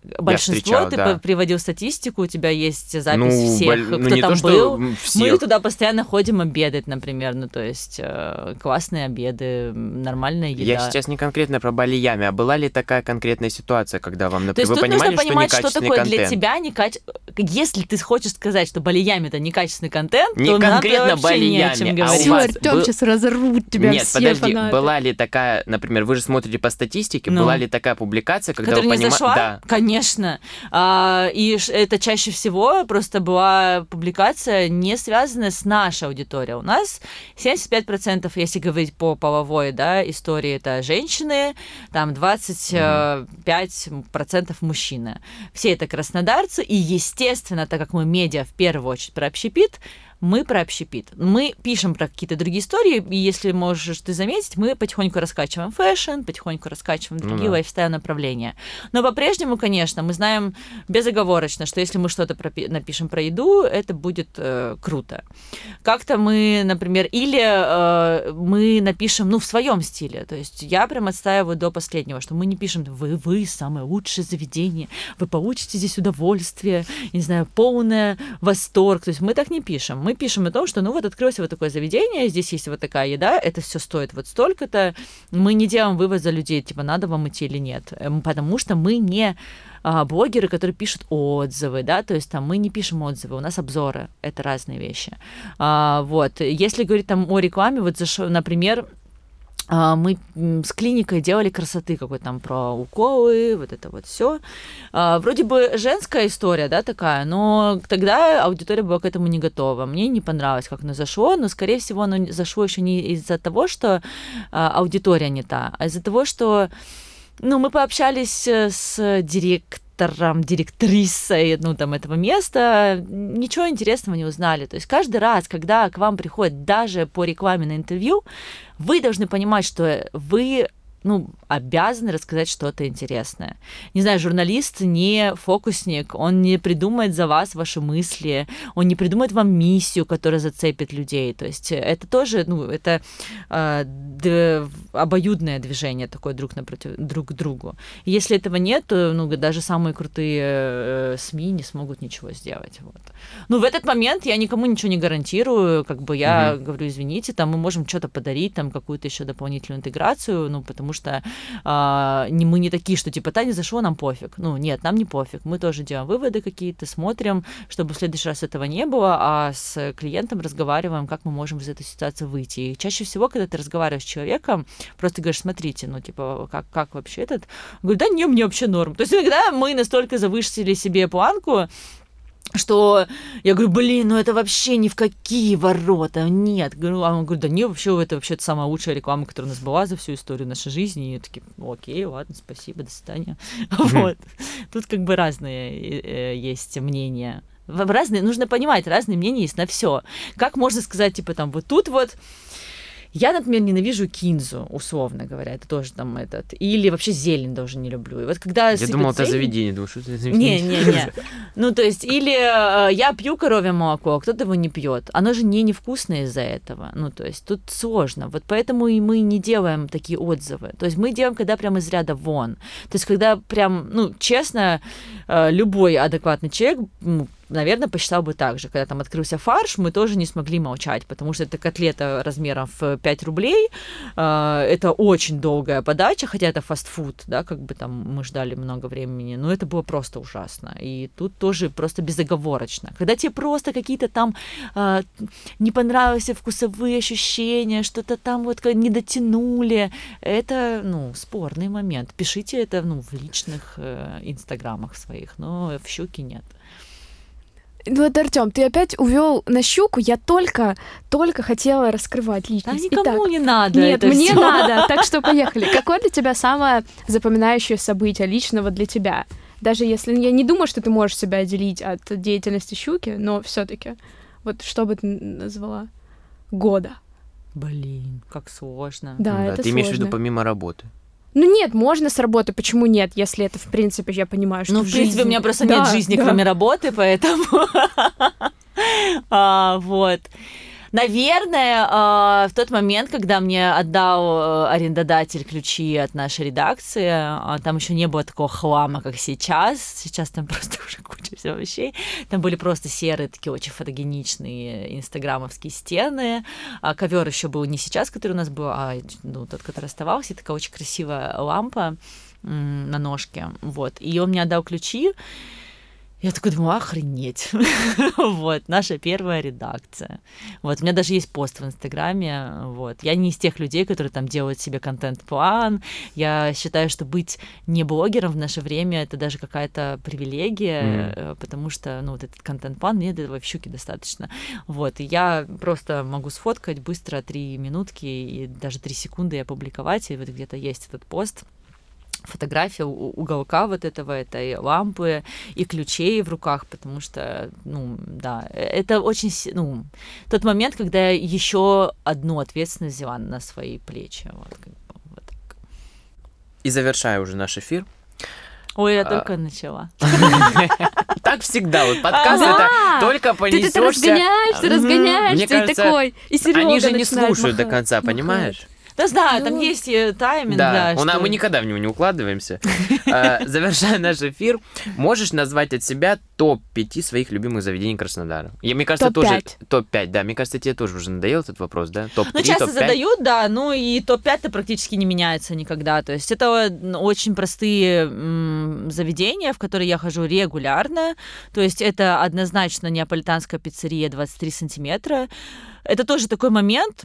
большинство, ты приводил статистику, у тебя есть запись всех, кто не там то, был. Всех. Мы туда постоянно ходим обедать, например, ну, то есть классные обеды, нормальная еда. Я сейчас не конкретно про Бали-Ями, а была ли такая конкретная ситуация, когда вам, например, вы тут понимали, нужно понимать, что что некачественный такое контент? для тебя Если ты хочешь сказать, что Бали-Ями — это некачественный контент, не то конкретно надо вообще не о чем Бали-Ями, говорить. Всё, Артём сейчас разорвут тебя Нет, все подожди, фанаты. была ли такая, например, вы же смотрите по статистике, была ли такая публикация, когда которая вы не понимаете... зашла? Да. Конечно. И это чаще всего просто была публикация, не связанная с нашей аудиторией. У нас 75%, если говорить по половой, да, истории, это женщины, там 25% мужчины. Все это краснодарцы, и, естественно, так как мы медиа в первую очередь про общепит, мы про общепит. Мы пишем про какие-то другие истории, и если можешь ты заметить, мы потихоньку раскачиваем фэшн, потихоньку раскачиваем другие лайфстайл направления. Но по-прежнему, конечно, мы знаем безоговорочно, что если мы что-то напишем про еду, это будет круто. Как-то мы, например, или мы напишем, в своем стиле. То есть я прям отстаиваю до последнего, что мы не пишем вы самое лучшее заведение, вы получите здесь удовольствие, не знаю, полный восторг. То есть мы так не пишем. Мы пишем о том, что открылось вот такое заведение, здесь есть вот такая еда, это все стоит вот столько-то. Мы не делаем вывод за людей, типа, надо вам идти или нет, потому что мы не блогеры, которые пишут отзывы, да, то есть там мы не пишем отзывы, у нас обзоры, это разные вещи. Вот, если говорить там о рекламе, вот, например, мы с клиникой делали красоты какой-то там про уколы, вот это вот все. Вроде бы женская история, да, такая, но тогда аудитория была к этому не готова. Мне не понравилось, как оно зашло, но, скорее всего, оно зашло еще не из-за того, что аудитория не та, а из-за того, что, мы пообщались с директрисой, этого места, ничего интересного не узнали. То есть каждый раз, когда к вам приходят даже по рекламе на интервью, вы должны понимать, что вы обязаны рассказать что-то интересное. Не знаю, журналист не фокусник, он не придумает за вас ваши мысли, он не придумает вам миссию, которая зацепит людей. То есть это тоже, это обоюдное движение такое друг к другу. И если этого нет, то даже самые крутые СМИ не смогут ничего сделать. Вот. В этот момент я никому ничего не гарантирую, я говорю, извините, там мы можем что-то подарить, там какую-то еще дополнительную интеграцию, потому что мы не такие, что типа, не зашло, нам пофиг. Нет, нам не пофиг. Мы тоже делаем выводы какие-то, смотрим, чтобы в следующий раз этого не было, а с клиентом разговариваем, как мы можем из этой ситуации выйти. И чаще всего, когда ты разговариваешь с человеком, просто говоришь, смотрите, как вообще этот? Говорю, да не, мне вообще норм. То есть иногда мы настолько завышили себе планку, что я говорю, это вообще ни в какие ворота, нет. Он говорит, да не, это вообще самая лучшая реклама, которая у нас была за всю историю нашей жизни. И я такие, окей, ладно, спасибо, до свидания. Вот. Тут разные есть мнения. Нужно понимать, разные мнения есть на все. Как можно сказать, типа, вот тут вот я, например, ненавижу кинзу, условно говоря, это тоже там или вообще зелень даже не люблю. И вот когда я думал, это заведение, думаю, что это заведение. Не. То есть, или я пью коровье молоко, а кто-то его не пьет. Оно же не невкусное из-за этого. То есть, тут сложно. Вот поэтому и мы не делаем такие отзывы. То есть, мы делаем, когда прям из ряда вон. То есть, когда прям, честно, любой адекватный человек, наверное, посчитал бы так же. Когда там открылся фарш, мы тоже не смогли молчать, потому что это котлета размером в 5 рублей, это очень долгая подача, хотя это фастфуд, да, мы ждали много времени, но это было просто ужасно. И тут тоже просто безоговорочно. Когда тебе просто какие-то там не понравились вкусовые ощущения, что-то там не дотянули, это, спорный момент. Пишите это, в личных инстаграмах своих, но в щуке нет. Артём, ты опять увёл на щуку, я только хотела раскрывать личность. Да никому не надо. Нет, это мне всё. надо, так что поехали. Какое для тебя самое запоминающее событие личного для тебя? Даже если я не думаю, что ты можешь себя отделить от деятельности щуки, но всё-таки, что бы ты назвала? Года. Как сложно. Да, это ты имеешь в сложно. виду помимо работы? Нет, можно с работы, почему нет, если это, в принципе, я понимаю, что в принципе, у меня просто нет жизни, кроме работы, поэтому... Вот. Наверное, в тот момент, когда мне отдал арендодатель ключи от нашей редакции, там еще не было такого хлама, как сейчас. Сейчас там просто уже куча всего вещей. Там были просто серые, такие очень фотогеничные инстаграмовские стены. Ковер еще был не сейчас, который у нас был, а тот, который оставался. И такая очень красивая лампа на ножке. Вот. И он мне отдал ключи. Я такой думаю, охренеть. Вот, наша первая редакция. Вот, у меня даже есть пост в Инстаграме. Вот. Я не из тех людей, которые там делают себе контент-план. Я считаю, что быть не блогером в наше время — это даже какая-то привилегия, потому что, вот этот контент-план, мне этого в Щуке достаточно. Вот, и я просто могу сфоткать быстро 3 минутки и даже 3 секунды и опубликовать, и вот где-то есть этот пост. Фотография уголка вот этого, этой лампы и ключей в руках, потому что, да, это очень, тот момент, когда я еще одну ответственность взяла на свои плечи. Вот так. И завершая уже наш эфир. Ой, я только начала. Так всегда, вот подкаст это только понесешься. Ты разгоняешься, и такой, и Серёга Они же не начинает слушают до махать. конца, понимаешь? Да, знаю, там есть тайминг, да. Мы никогда в него не укладываемся. Завершая наш эфир, можешь назвать от себя топ-5 своих любимых заведений Краснодара? Мне кажется, тоже топ-5, да. Мне кажется, тебе тоже уже надоел этот вопрос, да? Топ-3, часто топ-5? задают, да, и топ-5-то практически не меняется никогда. То есть это очень простые заведения, в которые я хожу регулярно. То есть это однозначно неаполитанская пиццерия 23 сантиметра. Это тоже такой момент,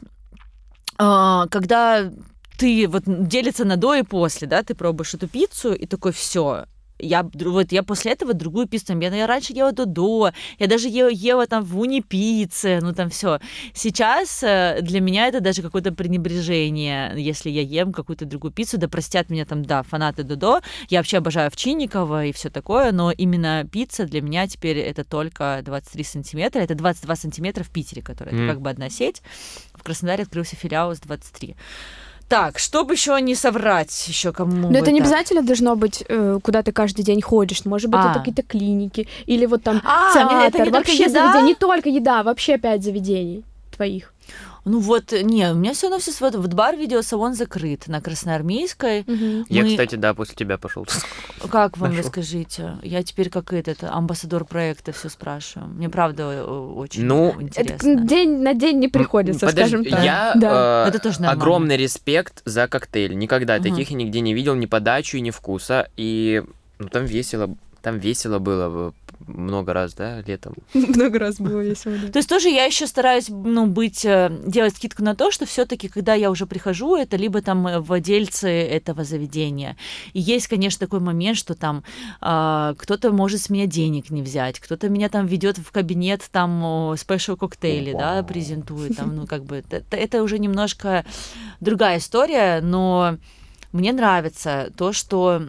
когда ты делится на до и после, да, ты пробуешь эту пиццу и такой, все. Я после этого другую пиццу, я раньше ела до, я даже ела там в уни-пицце, там все. Сейчас для меня это даже какое-то пренебрежение, если я ем какую-то другую пиццу, да простят меня там, да, фанаты Додо, я вообще обожаю Овчинникова и все такое, но именно пицца для меня теперь это только 23 сантиметра, это 22 сантиметра в Питере, которая это как бы одна сеть, в Краснодаре открылся филиал с 23. Так, чтобы еще не соврать еще кому. Но это не обязательно должно быть, куда ты каждый день ходишь. Может быть, это какие-то клиники или вот там театр. Это не вообще заведения, не только еда, вообще 5 заведений твоих. У меня все равно все бар видеосалон закрыт на Красноармейской. Я, кстати, да, после тебя пошел. Как вам, расскажите? Я теперь как амбассадор проекта все спрашиваю. Мне правда очень интересно. День на день не приходится, скажем так. Это тоже огромный респект за коктейль. Никогда таких я нигде не видел, ни подачи, ни вкуса. И там весело было много раз, да, летом. Много раз было весело, да. То есть тоже я еще стараюсь, делать скидку на то, что все-таки, когда я уже прихожу, это либо там владельцы этого заведения. И есть, конечно, такой момент, что там кто-то может с меня денег не взять, кто-то меня там ведет в кабинет, там спешл коктейли, да, презентует, там, это уже немножко другая история, но мне нравится то, что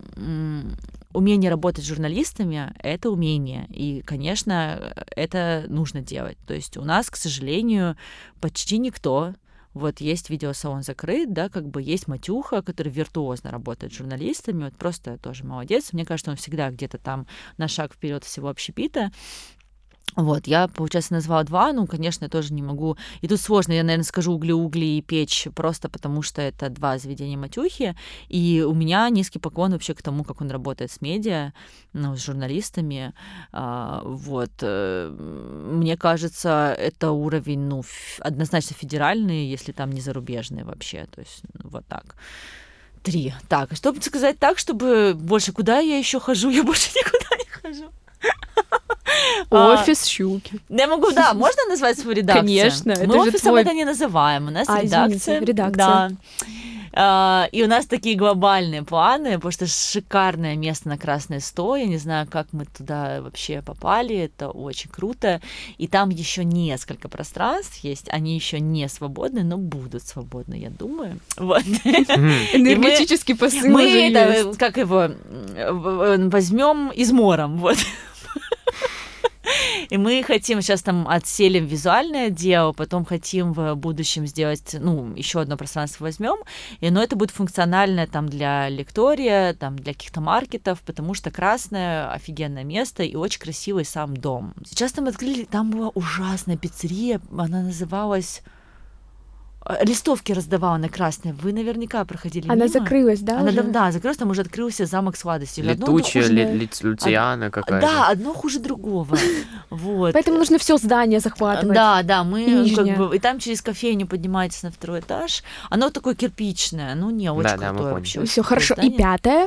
умение работать с журналистами — это умение. И, конечно, это нужно делать. То есть у нас, к сожалению, почти никто. Есть видеосалон закрыт, да, есть Матюха, который виртуозно работает с журналистами. Просто тоже молодец. Мне кажется, он всегда где-то там на шаг вперед всего общепита. Я, получается, назвала 2, конечно, я тоже не могу. И тут сложно, я, наверное, скажу угли и печь, просто потому что это 2 заведения Матюхи, и у меня низкий поклон вообще к тому, как он работает с медиа, с журналистами. Мне кажется, это уровень, однозначно федеральный, если там не зарубежный вообще, то есть так. 3. Так, чтобы сказать так, чтобы больше куда я еще хожу, я больше никуда не хожу. Офис Щуки. Я могу, можно назвать свою редакцию? Конечно, мы офисом это не называем, у нас редакция. Редакция. Да. И у нас такие глобальные планы, потому что шикарное место на Красной 100, я не знаю, как мы туда вообще попали, это очень круто, и там еще несколько пространств есть, они еще не свободны, но будут свободны, я думаю. Энергетический посыл. Мы это, как его, возьмем измором, И мы хотим, сейчас там отселим визуальное отдел, потом хотим в будущем сделать, еще одно пространство возьмем, но это будет функциональное там для лектория, там для каких-то маркетов, потому что Красное офигенное место и очень красивый сам дом. Сейчас там открыли, там была ужасная пиццерия, она называлась... Листовки раздавала на Красной. Вы наверняка проходили Она мимо. закрылась, да? Она уже? Да, закрылась, там уже открылся замок сладостей. Летучая, Люциана какая-то. Да, одно хуже другого. Вот. Поэтому нужно все здание захватывать. Да, мы и там через кофейню поднимаетесь на 2-й этаж. Оно такое кирпичное, не очень крутое вообще. Все хорошо. И 5-е.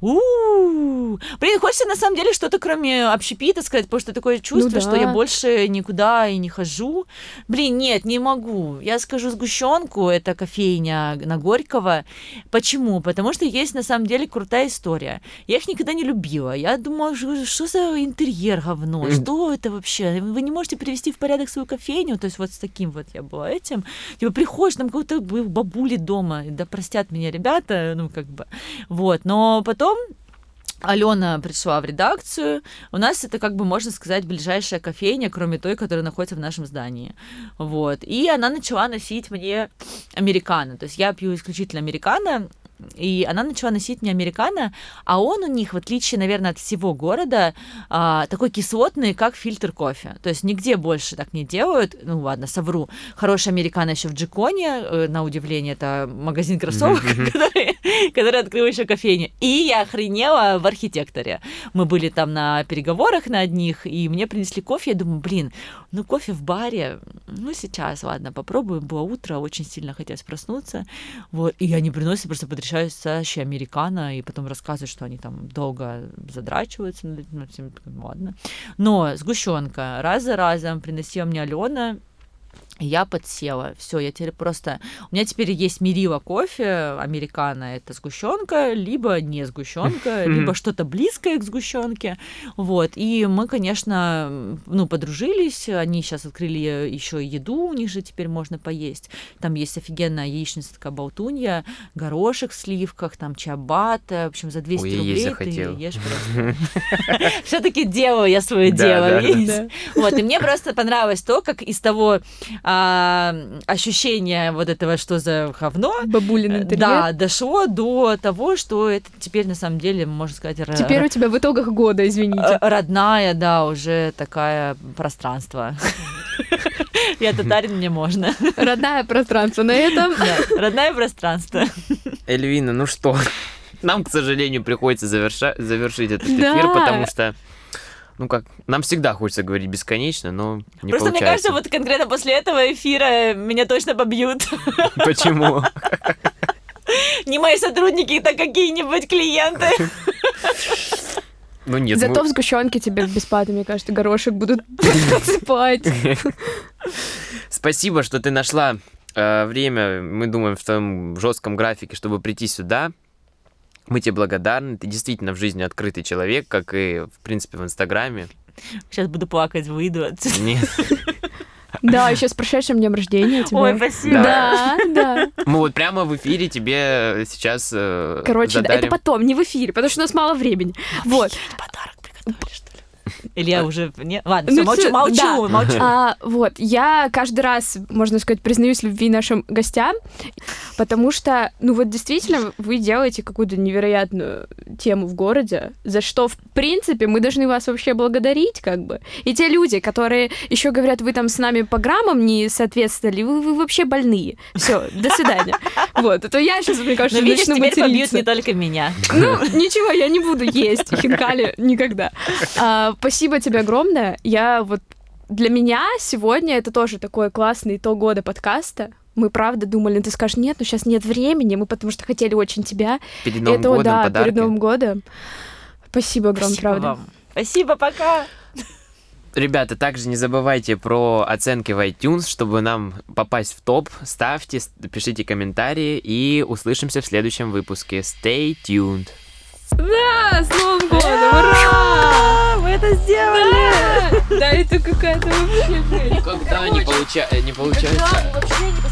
Блин, хочется на самом деле что-то кроме общепита сказать, потому что такое чувство, что я больше никуда и не хожу. Блин, нет, не могу. Я скажу сгущенку, это кофейня на Горького. Почему? Потому что есть на самом деле крутая история. Я их никогда не любила. Я думала, что за интерьер говно? Что это вообще? Вы не можете привести в порядок свою кофейню? То есть вот с таким вот я была этим. Типа приходишь, там какой-то бабули дома, да простят меня ребята, Вот, но потом Алена пришла в редакцию. У нас это, можно сказать, ближайшая кофейня, кроме той, которая находится в нашем здании. Вот. И она начала носить мне американо. То есть я пью исключительно американо, и она начала носить мне американо, а он у них, в отличие, наверное, от всего города, такой кислотный, как фильтр кофе. То есть нигде больше так не делают. Ну ладно, совру. Хороший американо еще в Джиконе, на удивление, это магазин кроссовок, который открыл еще кофейню. И я охренела в Архитекторе. Мы были там на переговорах на одних, и мне принесли кофе. Я думаю, кофе в баре, сейчас, ладно, попробуем. Было утро, очень сильно хотелось проснуться. Вот. И они приносят просто потрясающий американо, и потом рассказывают, что они там долго задрачиваются над этим. Ладно. Но сгущенка раз за разом приносила мне Алена. Я подсела. Все, я теперь просто... У меня теперь есть мерила кофе, американо — это сгущенка, либо не сгущенка, либо что-то близкое к сгущенке. Вот. И мы, конечно, подружились. Они сейчас открыли еще еду, у них же теперь можно поесть. Там есть офигенная яичница, такая болтунья, горошек в сливках, там чиабатта. В общем, за 200 рублей ты ешь просто. Все-таки делаю я свое дело. Вот. И мне просто понравилось то, как из того ощущение вот этого, что за говно, бабулин интерьер. Да, дошло до того, что это теперь на самом деле, можно сказать... Теперь у тебя в итогах года, извините. Родная, да, уже такая пространство. Я татарин, мне можно. Родное пространство на этом. Да, родное пространство. Эльвина, ну что, нам, к сожалению, приходится завершить этот эфир, потому что нам всегда хочется говорить бесконечно, но не просто получается. Мне кажется, вот конкретно после этого эфира меня точно побьют. Почему? Не мои сотрудники, так какие-нибудь клиенты. Нет. Зато в сгущенке тебе бесплатно, мне кажется, горошек будут подсыпать. Спасибо, что ты нашла время, мы думаем, в твоем жестком графике, чтобы прийти сюда. Мы тебе благодарны. Ты действительно в жизни открытый человек, как и, в принципе, в Инстаграме. Сейчас буду плакать, выйду отсюда. Нет. Да, еще с прошедшим днем рождения тебя. Ой, спасибо. Да. Мы вот прямо в эфире тебе сейчас задарим. Это потом, не в эфире, потому что у нас мало времени. Вот. Подарок приготовили, что ли? Или я уже... Ладно, все, молчу. Вот, я каждый раз, можно сказать, признаюсь в любви нашим гостям, потому что, действительно, вы делаете какую-то невероятную тему в городе, за что, в принципе, мы должны вас вообще благодарить, И те люди, которые еще говорят, вы там с нами по граммам не соответствовали, вы вообще больные. Все, до свидания. Вот, а то я сейчас, мне кажется, начну материться. Теперь побьют не только меня. Ничего, я не буду есть хинкали никогда. Спасибо тебе огромное. Для меня сегодня это тоже такой классный итог года подкаста. Мы правда думали, ты скажешь, нет, сейчас нет времени, мы потому что хотели очень тебя. Перед Новым годом подарки. Перед Новым годом. Спасибо огромное, правда. Вам. Спасибо, пока. Ребята, также не забывайте про оценки в iTunes, чтобы нам попасть в топ. Ставьте, пишите комментарии и услышимся в следующем выпуске. Stay tuned. Да, с Новым годом! Ура! Мы это сделали! Да, это какая-то вообще... Никогда не получается.